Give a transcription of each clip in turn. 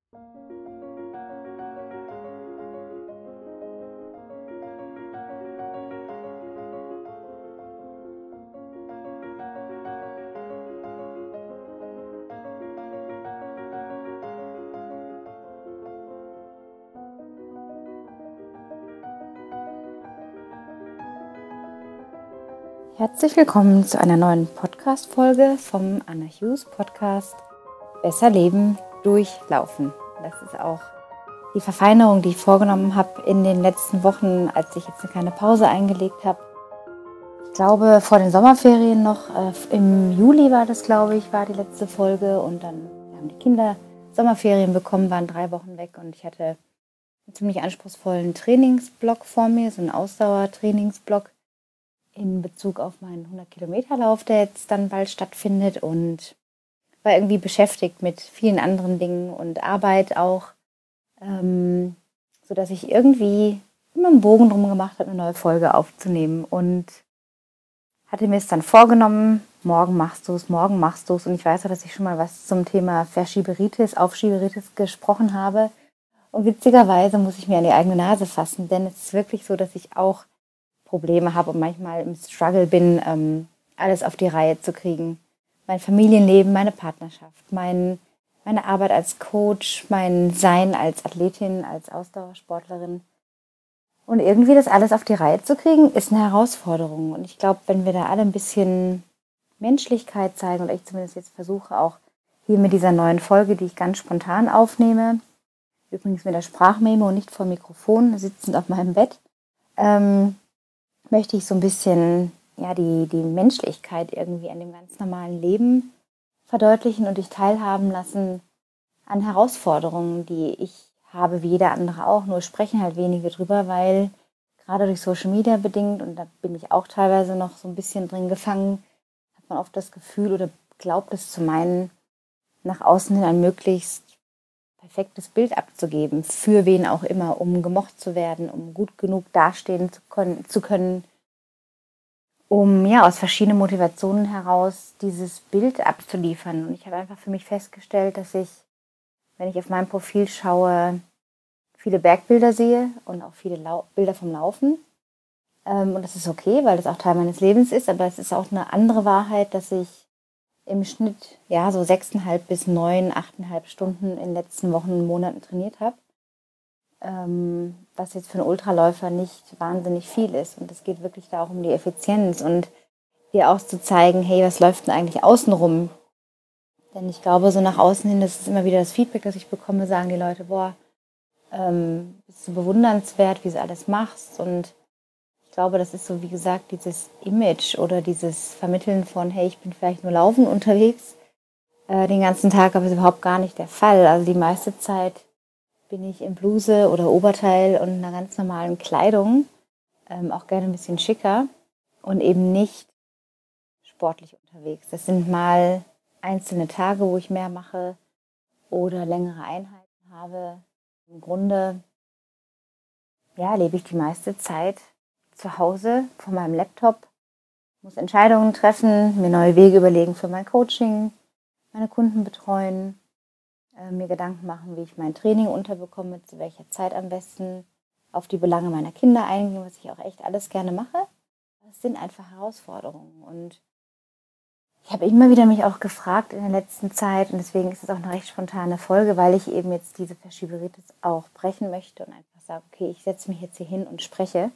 Herzlich willkommen zu einer neuen Podcast-Folge vom Anna Hughes Podcast Besser Leben durchlaufen. Das ist auch die Verfeinerung, die ich vorgenommen habe in den letzten Wochen, als ich jetzt eine kleine Pause eingelegt habe. Ich glaube, vor den Sommerferien noch, im Juli war das, glaube ich, war die letzte Folge. Und dann haben die Kinder Sommerferien bekommen, waren 3 Wochen weg und ich hatte einen ziemlich anspruchsvollen Trainingsblock vor mir, so einen Ausdauertrainingsblock in Bezug auf meinen 100-Kilometer-Lauf, der jetzt dann bald stattfindet, und war irgendwie beschäftigt mit vielen anderen Dingen und Arbeit auch, sodass ich irgendwie immer einen Bogen drum gemacht habe, eine neue Folge aufzunehmen, und hatte mir es dann vorgenommen, morgen machst du es, und ich weiß auch, dass ich schon mal was zum Thema Aufschieberitis gesprochen habe, und witzigerweise muss ich mir an die eigene Nase fassen, denn es ist wirklich so, dass ich auch Probleme habe und manchmal im Struggle bin, alles auf die Reihe zu kriegen. Mein Familienleben, meine Partnerschaft, meine Arbeit als Coach, mein Sein als Athletin, als Ausdauersportlerin. Und irgendwie das alles auf die Reihe zu kriegen, ist eine Herausforderung. Und ich glaube, wenn wir da alle ein bisschen Menschlichkeit zeigen, und ich zumindest jetzt versuche, auch hier mit dieser neuen Folge, die ich ganz spontan aufnehme, übrigens mit der Sprachmemo und nicht vor Mikrofon, sitzend auf meinem Bett, möchte ich so ein bisschen die Menschlichkeit irgendwie an dem ganz normalen Leben verdeutlichen und dich teilhaben lassen an Herausforderungen, die ich habe, wie jeder andere auch. Nur sprechen halt wenige drüber, weil gerade durch Social Media bedingt, und da bin ich auch teilweise noch so ein bisschen drin gefangen, hat man oft das Gefühl oder glaubt es zu meinen, nach außen hin ein möglichst perfektes Bild abzugeben, für wen auch immer, um gemocht zu werden, um gut genug dastehen zu können, um aus verschiedenen Motivationen heraus dieses Bild abzuliefern. Und ich habe einfach für mich festgestellt, dass ich, wenn ich auf mein Profil schaue, viele Bergbilder sehe und auch viele Bilder vom Laufen. Und das ist okay, weil das auch Teil meines Lebens ist, aber es ist auch eine andere Wahrheit, dass ich im Schnitt so 6,5 bis 9, 8,5 Stunden in den letzten Wochen und Monaten trainiert habe. Was jetzt für einen Ultraläufer nicht wahnsinnig viel ist. Und es geht wirklich da auch um die Effizienz und dir auch zu zeigen, hey, was läuft denn eigentlich außen rum? Denn ich glaube, so nach außen hin, das ist immer wieder das Feedback, das ich bekomme, sagen die Leute, boah, bist du bewundernswert, wie du alles machst. Und ich glaube, das ist so, wie gesagt, dieses Image oder dieses Vermitteln von, hey, ich bin vielleicht nur laufend unterwegs den ganzen Tag, aber das ist überhaupt gar nicht der Fall. Also die meiste Zeit bin ich in Bluse oder Oberteil und einer ganz normalen Kleidung, auch gerne ein bisschen schicker und eben nicht sportlich unterwegs. Das sind mal einzelne Tage, wo ich mehr mache oder längere Einheiten habe. Im Grunde lebe ich die meiste Zeit zu Hause vor meinem Laptop, muss Entscheidungen treffen, mir neue Wege überlegen für mein Coaching, meine Kunden betreuen, mir Gedanken machen, wie ich mein Training unterbekomme, zu welcher Zeit am besten, auf die Belange meiner Kinder eingehen, was ich auch echt alles gerne mache. Das sind einfach Herausforderungen. Und ich habe immer wieder mich auch gefragt in der letzten Zeit, und deswegen ist es auch eine recht spontane Folge, weil ich eben jetzt diese Verschieberitis auch brechen möchte und einfach sage, okay, ich setze mich jetzt hier hin und spreche.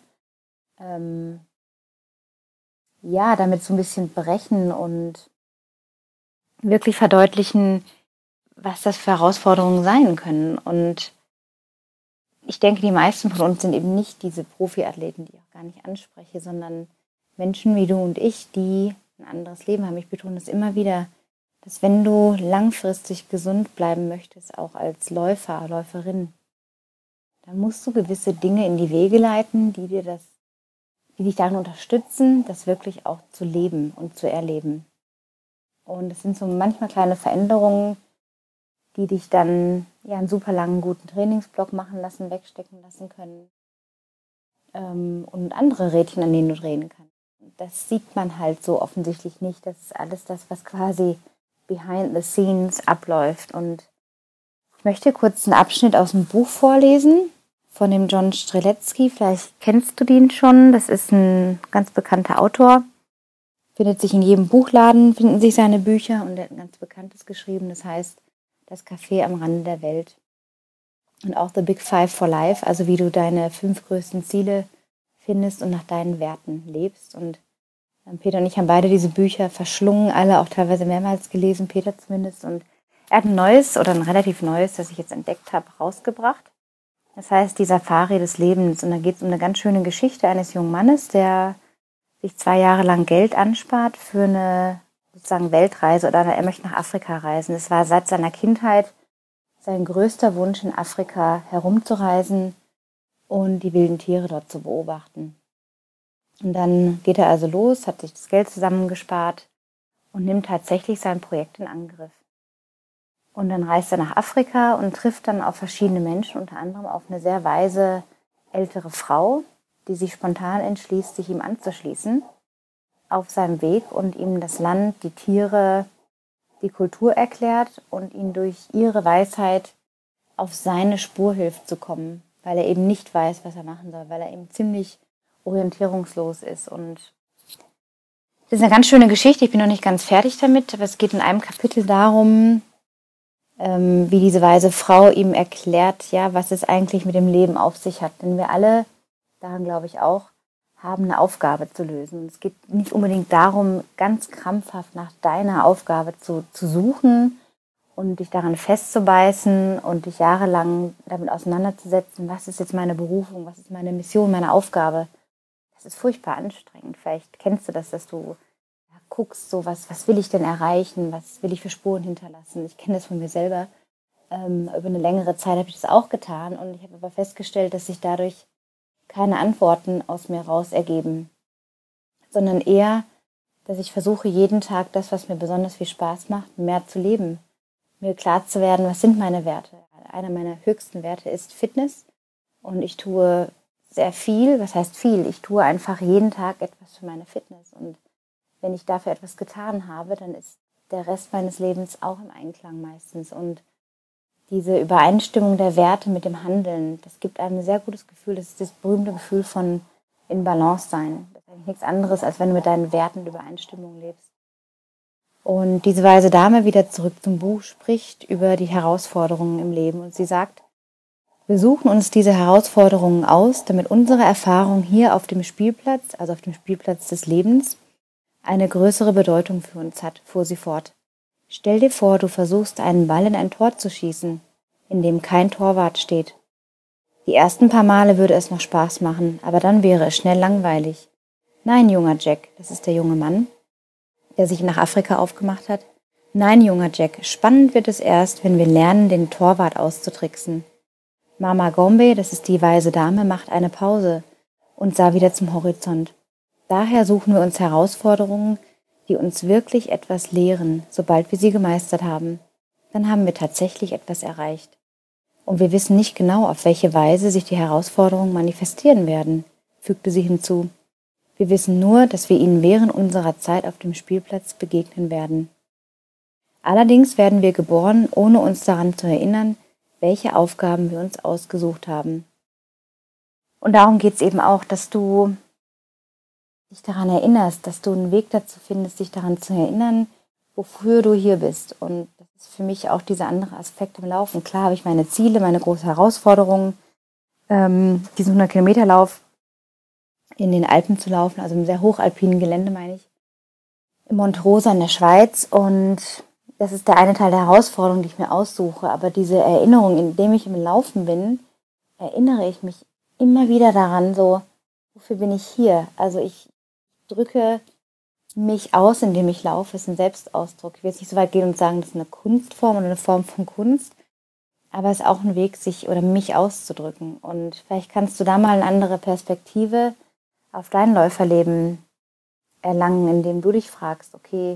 Damit so ein bisschen brechen und wirklich verdeutlichen, was das für Herausforderungen sein können. Und ich denke, die meisten von uns sind eben nicht diese Profiathleten, die ich auch gar nicht anspreche, sondern Menschen wie du und ich, die ein anderes Leben haben. Ich betone das immer wieder, dass wenn du langfristig gesund bleiben möchtest, auch als Läufer, Läuferin, dann musst du gewisse Dinge in die Wege leiten, die dich darin unterstützen, das wirklich auch zu leben und zu erleben. Und es sind so manchmal kleine Veränderungen, die dich dann einen super langen, guten Trainingsblock machen lassen, wegstecken lassen können. Und andere Rädchen, an denen du drehen kannst. Das sieht man halt so offensichtlich nicht. Das ist alles das, was quasi behind the scenes abläuft. Und Ich möchte kurz einen Abschnitt aus dem Buch vorlesen von dem John Streletzky. Vielleicht kennst du den schon. Das ist ein ganz bekannter Autor. Findet sich in jedem Buchladen, finden sich seine Bücher. Und er hat ein ganz bekanntes geschrieben. Das heißt, Das Café am Rande der Welt. Und auch The Big Five for Life, also wie du deine 5 größten Ziele findest und nach deinen Werten lebst. Und Peter und ich haben beide diese Bücher verschlungen, alle auch teilweise mehrmals gelesen, Peter zumindest. Und er hat ein neues oder ein relativ neues, das ich jetzt entdeckt habe, rausgebracht. Das heißt, die Safari des Lebens. Und da geht es um eine ganz schöne Geschichte eines jungen Mannes, der sich 2 Jahre lang Geld anspart für eine sozusagen Weltreise oder er möchte nach Afrika reisen. Es war seit seiner Kindheit sein größter Wunsch, in Afrika herumzureisen und die wilden Tiere dort zu beobachten. Und dann geht er also los, hat sich das Geld zusammengespart und nimmt tatsächlich sein Projekt in Angriff. Und dann reist er nach Afrika und trifft dann auf verschiedene Menschen, unter anderem auf eine sehr weise ältere Frau, die sich spontan entschließt, sich ihm anzuschließen auf seinem Weg und ihm das Land, die Tiere, die Kultur erklärt und ihn durch ihre Weisheit auf seine Spur hilft zu kommen, weil er eben nicht weiß, was er machen soll, weil er eben ziemlich orientierungslos ist. Und das ist eine ganz schöne Geschichte, ich bin noch nicht ganz fertig damit, aber es geht in einem Kapitel darum, wie diese weise Frau ihm erklärt, ja, was es eigentlich mit dem Leben auf sich hat. Denn wir alle, daran glaube ich auch, haben eine Aufgabe zu lösen. Es geht nicht unbedingt darum, ganz krampfhaft nach deiner Aufgabe zu suchen und dich daran festzubeißen und dich jahrelang damit auseinanderzusetzen, was ist jetzt meine Berufung, was ist meine Mission, meine Aufgabe. Das ist furchtbar anstrengend. Vielleicht kennst du das, dass du guckst, so was will ich denn erreichen, was will ich für Spuren hinterlassen. Ich kenne das von mir selber. Über eine längere Zeit habe ich das auch getan und ich habe aber festgestellt, dass sich dadurch keine Antworten aus mir raus ergeben, sondern eher, dass ich versuche, jeden Tag das, was mir besonders viel Spaß macht, mehr zu leben. Mir klar zu werden, was sind meine Werte. Einer meiner höchsten Werte ist Fitness und ich tue sehr viel. Was heißt viel? Ich tue einfach jeden Tag etwas für meine Fitness und wenn ich dafür etwas getan habe, dann ist der Rest meines Lebens auch im Einklang meistens. Und diese Übereinstimmung der Werte mit dem Handeln, das gibt einem ein sehr gutes Gefühl. Das ist das berühmte Gefühl von in Balance sein. Das ist eigentlich nichts anderes, als wenn du mit deinen Werten in Übereinstimmung lebst. Und diese weise Dame, wieder zurück zum Buch, spricht über die Herausforderungen im Leben. Und sie sagt, wir suchen uns diese Herausforderungen aus, damit unsere Erfahrung hier auf dem Spielplatz, also auf dem Spielplatz des Lebens, eine größere Bedeutung für uns hat, fuhr sie fort. Stell dir vor, du versuchst einen Ball in ein Tor zu schießen, in dem kein Torwart steht. Die ersten paar Male würde es noch Spaß machen, aber dann wäre es schnell langweilig. Nein, junger Jack, das ist der junge Mann, der sich nach Afrika aufgemacht hat. Nein, junger Jack, spannend wird es erst, wenn wir lernen, den Torwart auszutricksen. Mama Gombe, das ist die weise Dame, macht eine Pause und sah wieder zum Horizont. Daher suchen wir uns Herausforderungen, die uns wirklich etwas lehren, sobald wir sie gemeistert haben. Dann haben wir tatsächlich etwas erreicht. Und wir wissen nicht genau, auf welche Weise sich die Herausforderungen manifestieren werden, fügte sie hinzu. Wir wissen nur, dass wir ihnen während unserer Zeit auf dem Spielplatz begegnen werden. Allerdings werden wir geboren, ohne uns daran zu erinnern, welche Aufgaben wir uns ausgesucht haben. Und darum geht es eben auch, dass du dich daran erinnerst, dass du einen Weg dazu findest, dich daran zu erinnern, wofür du hier bist. Und das ist für mich auch dieser andere Aspekt im Laufen. Klar habe ich meine Ziele, meine große Herausforderung, diesen 100-Kilometer-Lauf in den Alpen zu laufen, also im sehr hochalpinen Gelände, meine ich, in Monte-Rosa in der Schweiz. Und das ist der eine Teil der Herausforderung, die ich mir aussuche. Aber diese Erinnerung, indem ich im Laufen bin, erinnere ich mich immer wieder daran, so, wofür bin ich hier? Also ich drücke mich aus, indem ich laufe, ist ein Selbstausdruck. Ich will jetzt nicht so weit gehen und sagen, das ist eine Kunstform oder eine Form von Kunst, aber es ist auch ein Weg, sich oder mich auszudrücken. Und vielleicht kannst du da mal eine andere Perspektive auf dein Läuferleben erlangen, indem du dich fragst, okay,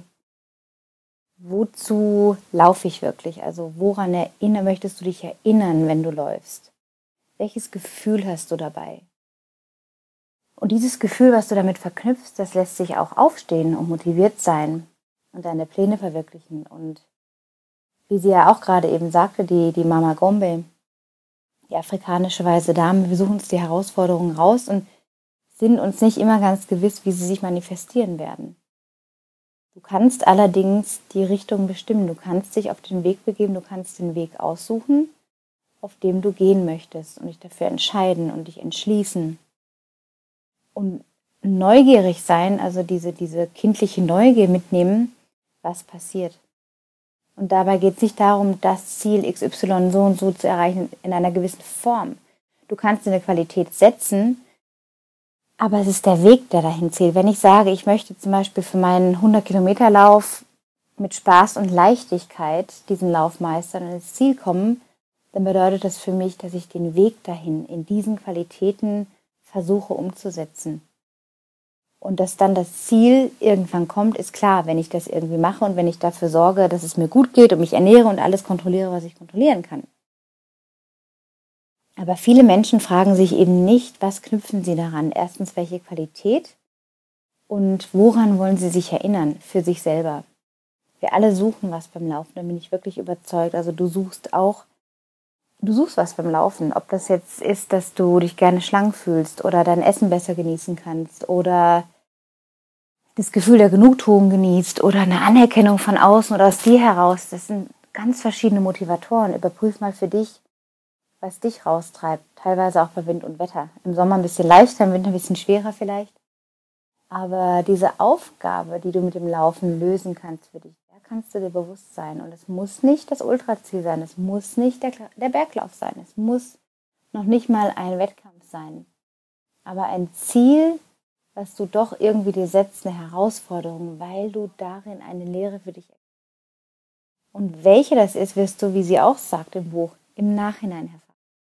wozu laufe ich wirklich? Also woran möchtest du dich erinnern, wenn du läufst? Welches Gefühl hast du dabei? Und dieses Gefühl, was du damit verknüpfst, das lässt sich auch aufstehen und motiviert sein und deine Pläne verwirklichen. Und wie sie ja auch gerade eben sagte, die Mama Gombe, die afrikanische weiße Dame, wir suchen uns die Herausforderungen raus und sind uns nicht immer ganz gewiss, wie sie sich manifestieren werden. Du kannst allerdings die Richtung bestimmen, du kannst dich auf den Weg begeben, du kannst den Weg aussuchen, auf dem du gehen möchtest und dich dafür entscheiden und dich entschließen. Und neugierig sein, also diese kindliche Neugier mitnehmen, was passiert. Und dabei geht es nicht darum, das Ziel XY so und so zu erreichen in einer gewissen Form. Du kannst eine Qualität setzen, aber es ist der Weg, der dahin zählt. Wenn ich sage, ich möchte zum Beispiel für meinen 100-Kilometer-Lauf mit Spaß und Leichtigkeit diesen Lauf meistern und ins Ziel kommen, dann bedeutet das für mich, dass ich den Weg dahin in diesen Qualitäten versuche umzusetzen. Und dass dann das Ziel irgendwann kommt, ist klar, wenn ich das irgendwie mache und wenn ich dafür sorge, dass es mir gut geht und mich ernähre und alles kontrolliere, was ich kontrollieren kann. Aber viele Menschen fragen sich eben nicht, was knüpfen sie daran? Erstens, welche Qualität und woran wollen sie sich erinnern für sich selber? Wir alle suchen was beim Laufen, da bin ich wirklich überzeugt. Also du suchst was beim Laufen. Ob das jetzt ist, dass du dich gerne schlank fühlst oder dein Essen besser genießen kannst oder das Gefühl der Genugtuung genießt oder eine Anerkennung von außen oder aus dir heraus. Das sind ganz verschiedene Motivatoren. Überprüf mal für dich, was dich raustreibt. Teilweise auch bei Wind und Wetter. Im Sommer ein bisschen leichter, im Winter ein bisschen schwerer vielleicht. Aber diese Aufgabe, die du mit dem Laufen lösen kannst für dich, da kannst du dir bewusst sein. Und es muss nicht das Ultraziel sein, es muss nicht der Berglauf sein, es muss noch nicht mal ein Wettkampf sein. Aber ein Ziel, was du doch irgendwie dir setzt, eine Herausforderung, weil du darin eine Lehre für dich erkennst. Und welche das ist, wirst du, wie sie auch sagt im Buch, im Nachhinein erfahren.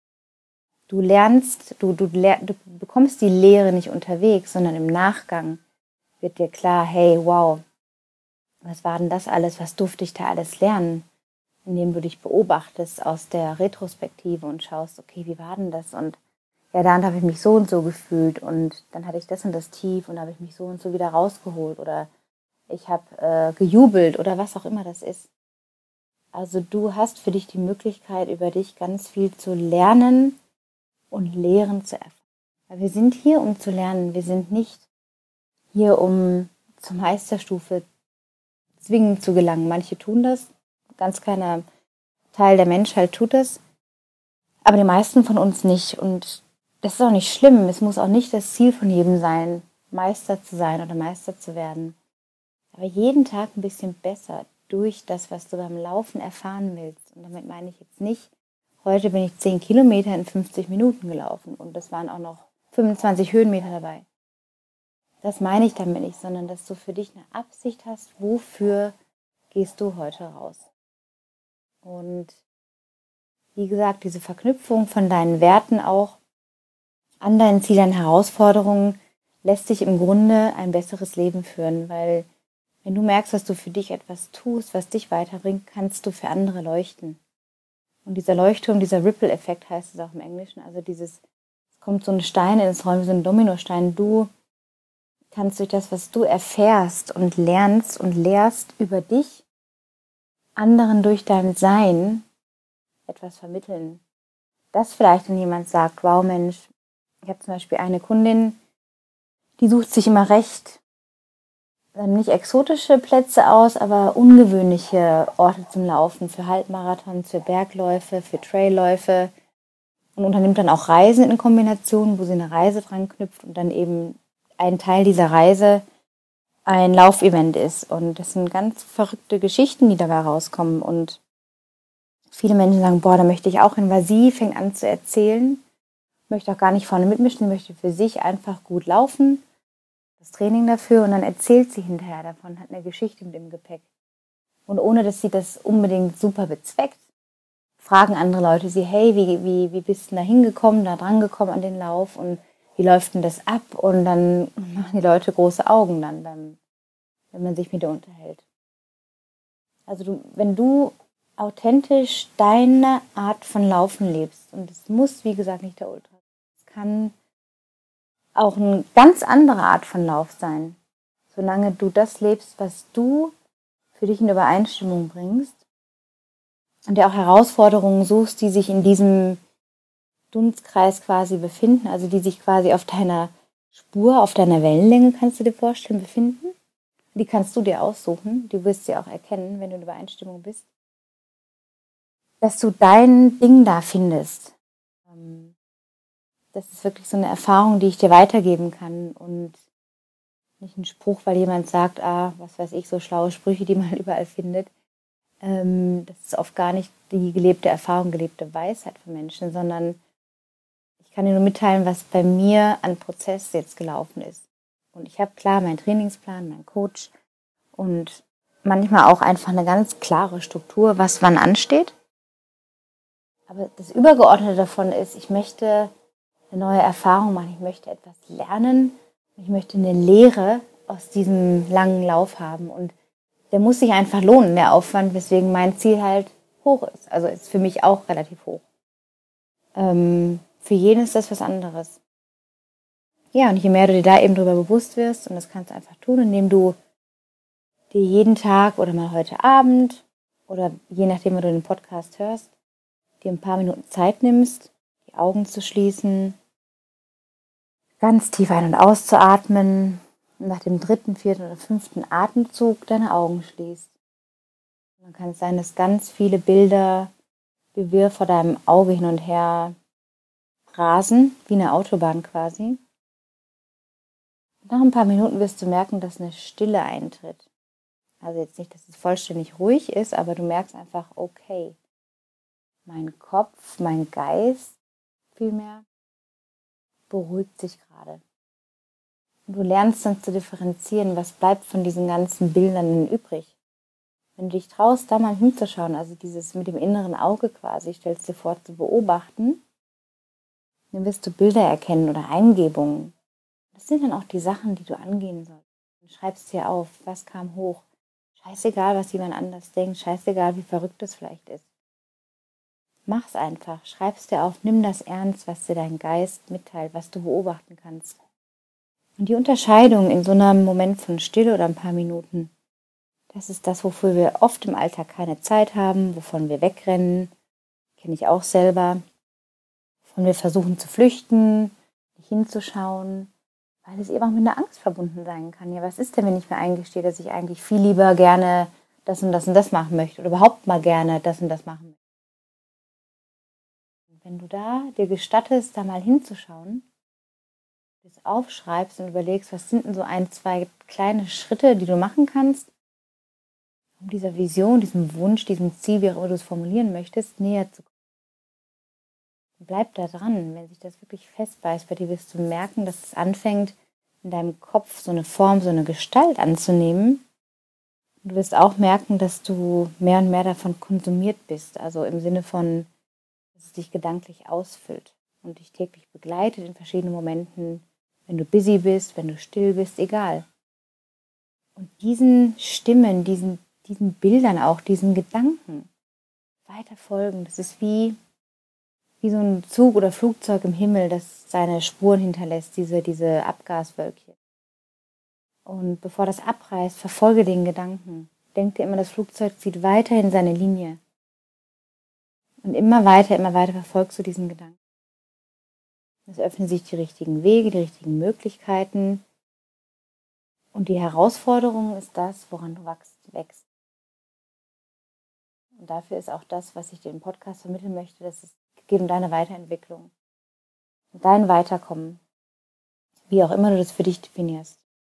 Du lernst, du bekommst die Lehre nicht unterwegs, sondern im Nachgang wird dir klar, hey, wow, was war denn das alles, was durfte ich da alles lernen? Indem du dich beobachtest aus der Retrospektive und schaust, okay, wie war denn das? Und ja, dann habe ich mich so und so gefühlt und dann hatte ich das und das Tief und habe ich mich so und so wieder rausgeholt oder ich habe gejubelt oder was auch immer das ist. Also du hast für dich die Möglichkeit, über dich ganz viel zu lernen und Lehren zu erfahren. Weil wir sind hier, um zu lernen. Wir sind nicht hier, um zur Meisterstufe zwingend zu gelangen. Manche tun das, ein ganz kleiner Teil der Menschheit tut das, aber die meisten von uns nicht. Und das ist auch nicht schlimm. Es muss auch nicht das Ziel von jedem sein, Meister zu sein oder Meister zu werden. Aber jeden Tag ein bisschen besser durch das, was du beim Laufen erfahren willst. Und damit meine ich jetzt nicht, heute bin ich 10 Kilometer in 50 Minuten gelaufen und das waren auch noch 25 Höhenmeter dabei. Das meine ich damit nicht, sondern dass du für dich eine Absicht hast, wofür gehst du heute raus. Und wie gesagt, diese Verknüpfung von deinen Werten auch an deinen Zielen, Herausforderungen lässt dich im Grunde ein besseres Leben führen, weil wenn du merkst, dass du für dich etwas tust, was dich weiterbringt, kannst du für andere leuchten. Und dieser Leuchtturm, dieser Ripple-Effekt heißt es auch im Englischen, also es kommt so ein Stein ins Rollen, wie so ein Dominostein. Du kannst durch das, was du erfährst und lernst und lehrst über dich, anderen durch dein Sein etwas vermitteln. Dass vielleicht dann jemand sagt, wow Mensch, ich habe zum Beispiel eine Kundin, die sucht sich immer recht nicht exotische Plätze aus, aber ungewöhnliche Orte zum Laufen für Halbmarathons, für Bergläufe, für Trailläufe und unternimmt dann auch Reisen in Kombination, wo sie eine Reise dran knüpft und dann eben ein Teil dieser Reise ein Laufevent ist. Und das sind ganz verrückte Geschichten, die dabei rauskommen. Und viele Menschen sagen, boah, da möchte ich auch hin, weil sie fängt an zu erzählen, möchte auch gar nicht vorne mitmischen, möchte für sich einfach gut laufen, das Training dafür und dann erzählt sie hinterher davon, hat eine Geschichte mit im Gepäck. Und ohne, dass sie das unbedingt super bezweckt, fragen andere Leute sie, hey, wie bist du da hingekommen, da dran gekommen an den Lauf und wie läuft denn das ab? Und dann machen die Leute große Augen dann, wenn man sich mit ihr unterhält. Also wenn du authentisch deine Art von Laufen lebst, und es muss, wie gesagt, nicht der Ultra, es kann auch eine ganz andere Art von Lauf sein, solange du das lebst, was du für dich in Übereinstimmung bringst, und dir auch Herausforderungen suchst, die sich in diesem Dunstkreis quasi befinden, also die sich quasi auf deiner Spur, auf deiner Wellenlänge, kannst du dir vorstellen, befinden. Die kannst du dir aussuchen, du wirst sie auch erkennen, wenn du in Übereinstimmung bist, dass du dein Ding da findest. Das ist wirklich so eine Erfahrung, die ich dir weitergeben kann und nicht ein Spruch, weil jemand sagt, was weiß ich, so schlaue Sprüche, die man überall findet. Das ist oft gar nicht die gelebte Erfahrung, gelebte Weisheit von Menschen, sondern ich kann dir nur mitteilen, was bei mir an Prozess jetzt gelaufen ist. Und ich habe klar meinen Trainingsplan, meinen Coach und manchmal auch einfach eine ganz klare Struktur, was wann ansteht. Aber das Übergeordnete davon ist, ich möchte eine neue Erfahrung machen, ich möchte etwas lernen, ich möchte eine Lehre aus diesem langen Lauf haben. Und der muss sich einfach lohnen, der Aufwand, weswegen mein Ziel halt hoch ist. Also ist für mich auch relativ hoch. Für jeden ist das was anderes. Ja, und je mehr du dir da eben drüber bewusst wirst, und das kannst du einfach tun, indem du dir jeden Tag oder mal heute Abend oder je nachdem, wo du den Podcast hörst, dir ein paar Minuten Zeit nimmst, die Augen zu schließen, ganz tief ein- und auszuatmen und nach dem 3., 4. oder 5. Atemzug deine Augen schließt. Und dann kann es sein, dass ganz viele Bilder wie wir vor deinem Auge hin und her rasen, wie eine Autobahn quasi. Und nach ein paar Minuten wirst du merken, dass eine Stille eintritt. Also jetzt nicht, dass es vollständig ruhig ist, aber du merkst einfach, okay, mein Kopf, mein Geist vielmehr beruhigt sich gerade. Und du lernst dann zu differenzieren, was bleibt von diesen ganzen Bildern übrig. Wenn du dich traust, da mal hinzuschauen, also dieses mit dem inneren Auge quasi, stellst dir vor, zu beobachten, dann wirst du Bilder erkennen oder Eingebungen. Das sind dann auch die Sachen, die du angehen sollst. Du schreibst dir auf, was kam hoch. Scheißegal, was jemand anders denkt, scheißegal, wie verrückt es vielleicht ist. Mach's einfach, schreib's dir auf, nimm das ernst, was dir dein Geist mitteilt, was du beobachten kannst. Und die Unterscheidung in so einem Moment von Stille oder ein paar Minuten, das ist das, wofür wir oft im Alltag keine Zeit haben, wovon wir wegrennen, kenne ich auch selber, wovon wir versuchen zu flüchten, nicht hinzuschauen, weil es eben auch mit einer Angst verbunden sein kann. Ja, was ist denn, wenn ich mir eingestehe, dass ich eigentlich viel lieber gerne das und das und das machen möchte oder überhaupt mal gerne das und das machen möchte? Und wenn du da dir gestattest, da mal hinzuschauen, das aufschreibst und überlegst, was sind denn so 1, 2 kleine Schritte, die du machen kannst, um dieser Vision, diesem Wunsch, diesem Ziel, wie auch immer du es formulieren möchtest, näher zu kommen. Bleib da dran. Wenn sich das wirklich festbeißt bei dir, wirst du merken, dass es anfängt, in deinem Kopf so eine Form, so eine Gestalt anzunehmen. Und du wirst auch merken, dass du mehr und mehr davon konsumiert bist. Also im Sinne von, dass es dich gedanklich ausfüllt und dich täglich begleitet in verschiedenen Momenten, wenn du busy bist, wenn du still bist, egal. Und diesen Stimmen, diesen Bildern auch, diesen Gedanken weiter folgen, das ist wie so ein Zug oder Flugzeug im Himmel, das seine Spuren hinterlässt, diese Abgaswölkchen. Und bevor das abreißt, verfolge den Gedanken. Denk dir immer, das Flugzeug zieht weiterhin seine Linie. Und immer weiter verfolgst du diesen Gedanken. Es öffnen sich die richtigen Wege, die richtigen Möglichkeiten. Und die Herausforderung ist das, woran du wächst. Und dafür ist auch das, was ich dir im Podcast vermitteln möchte, dass es geht um deine Weiterentwicklung. Um dein Weiterkommen. Wie auch immer du das für dich definierst.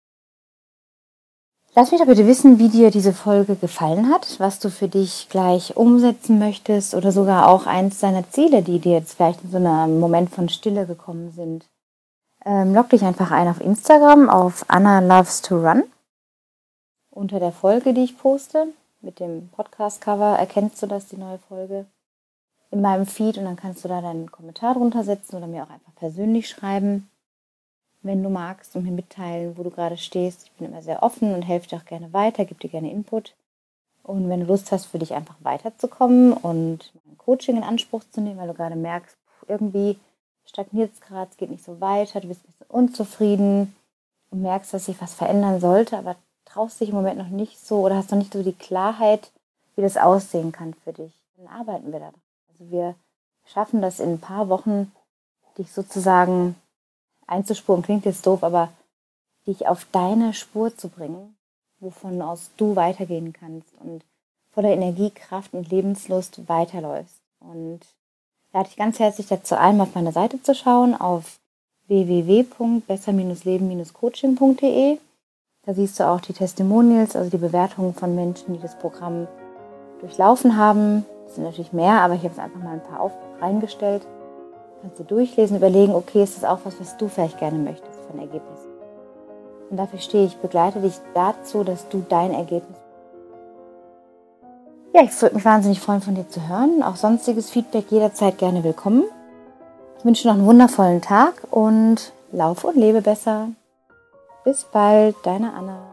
Lass mich doch bitte wissen, wie dir diese Folge gefallen hat, was du für dich gleich umsetzen möchtest oder sogar auch eins deiner Ziele, die dir jetzt vielleicht in so einem Moment von Stille gekommen sind. Log dich einfach ein auf Instagram, auf Anna Loves to Run. Unter der Folge, die ich poste, mit dem Podcast-Cover, erkennst du das, die neue Folge, in meinem Feed. Und dann kannst du da deinen Kommentar drunter setzen oder mir auch einfach persönlich schreiben, wenn du magst, und mir mitteilen, wo du gerade stehst. Ich bin immer sehr offen und helfe dir auch gerne weiter, gebe dir gerne Input. Und wenn du Lust hast, für dich einfach weiterzukommen und mein Coaching in Anspruch zu nehmen, weil du gerade merkst, irgendwie stagniert es gerade, es geht nicht so weiter, du bist ein bisschen unzufrieden und merkst, dass sich was verändern sollte, aber traust dich im Moment noch nicht so oder hast noch nicht so die Klarheit, wie das aussehen kann für dich. dann arbeiten wir daran. Also wir schaffen das in ein paar Wochen, dich sozusagen einzuspuren, klingt jetzt doof, aber dich auf deine Spur zu bringen, wovon aus du weitergehen kannst und voller Energie, Kraft und Lebenslust weiterläufst. Und lade dich ganz herzlich dazu ein, auf meine Seite zu schauen, auf www.besser-leben-coaching.de. Da siehst du auch die Testimonials, also die Bewertungen von Menschen, die das Programm durchlaufen haben. Das sind natürlich mehr, aber ich habe jetzt einfach mal ein paar reingestellt. Kannst du durchlesen, überlegen, okay, ist das auch was du vielleicht gerne möchtest von Ergebnissen. Und dafür stehe ich, begleite dich dazu, dass du dein Ergebnis. Ja, ich würde mich wahnsinnig freuen, von dir zu hören. Auch sonstiges Feedback jederzeit gerne willkommen. Ich wünsche noch einen wundervollen Tag und laufe und lebe besser. Bis bald, deine Anna.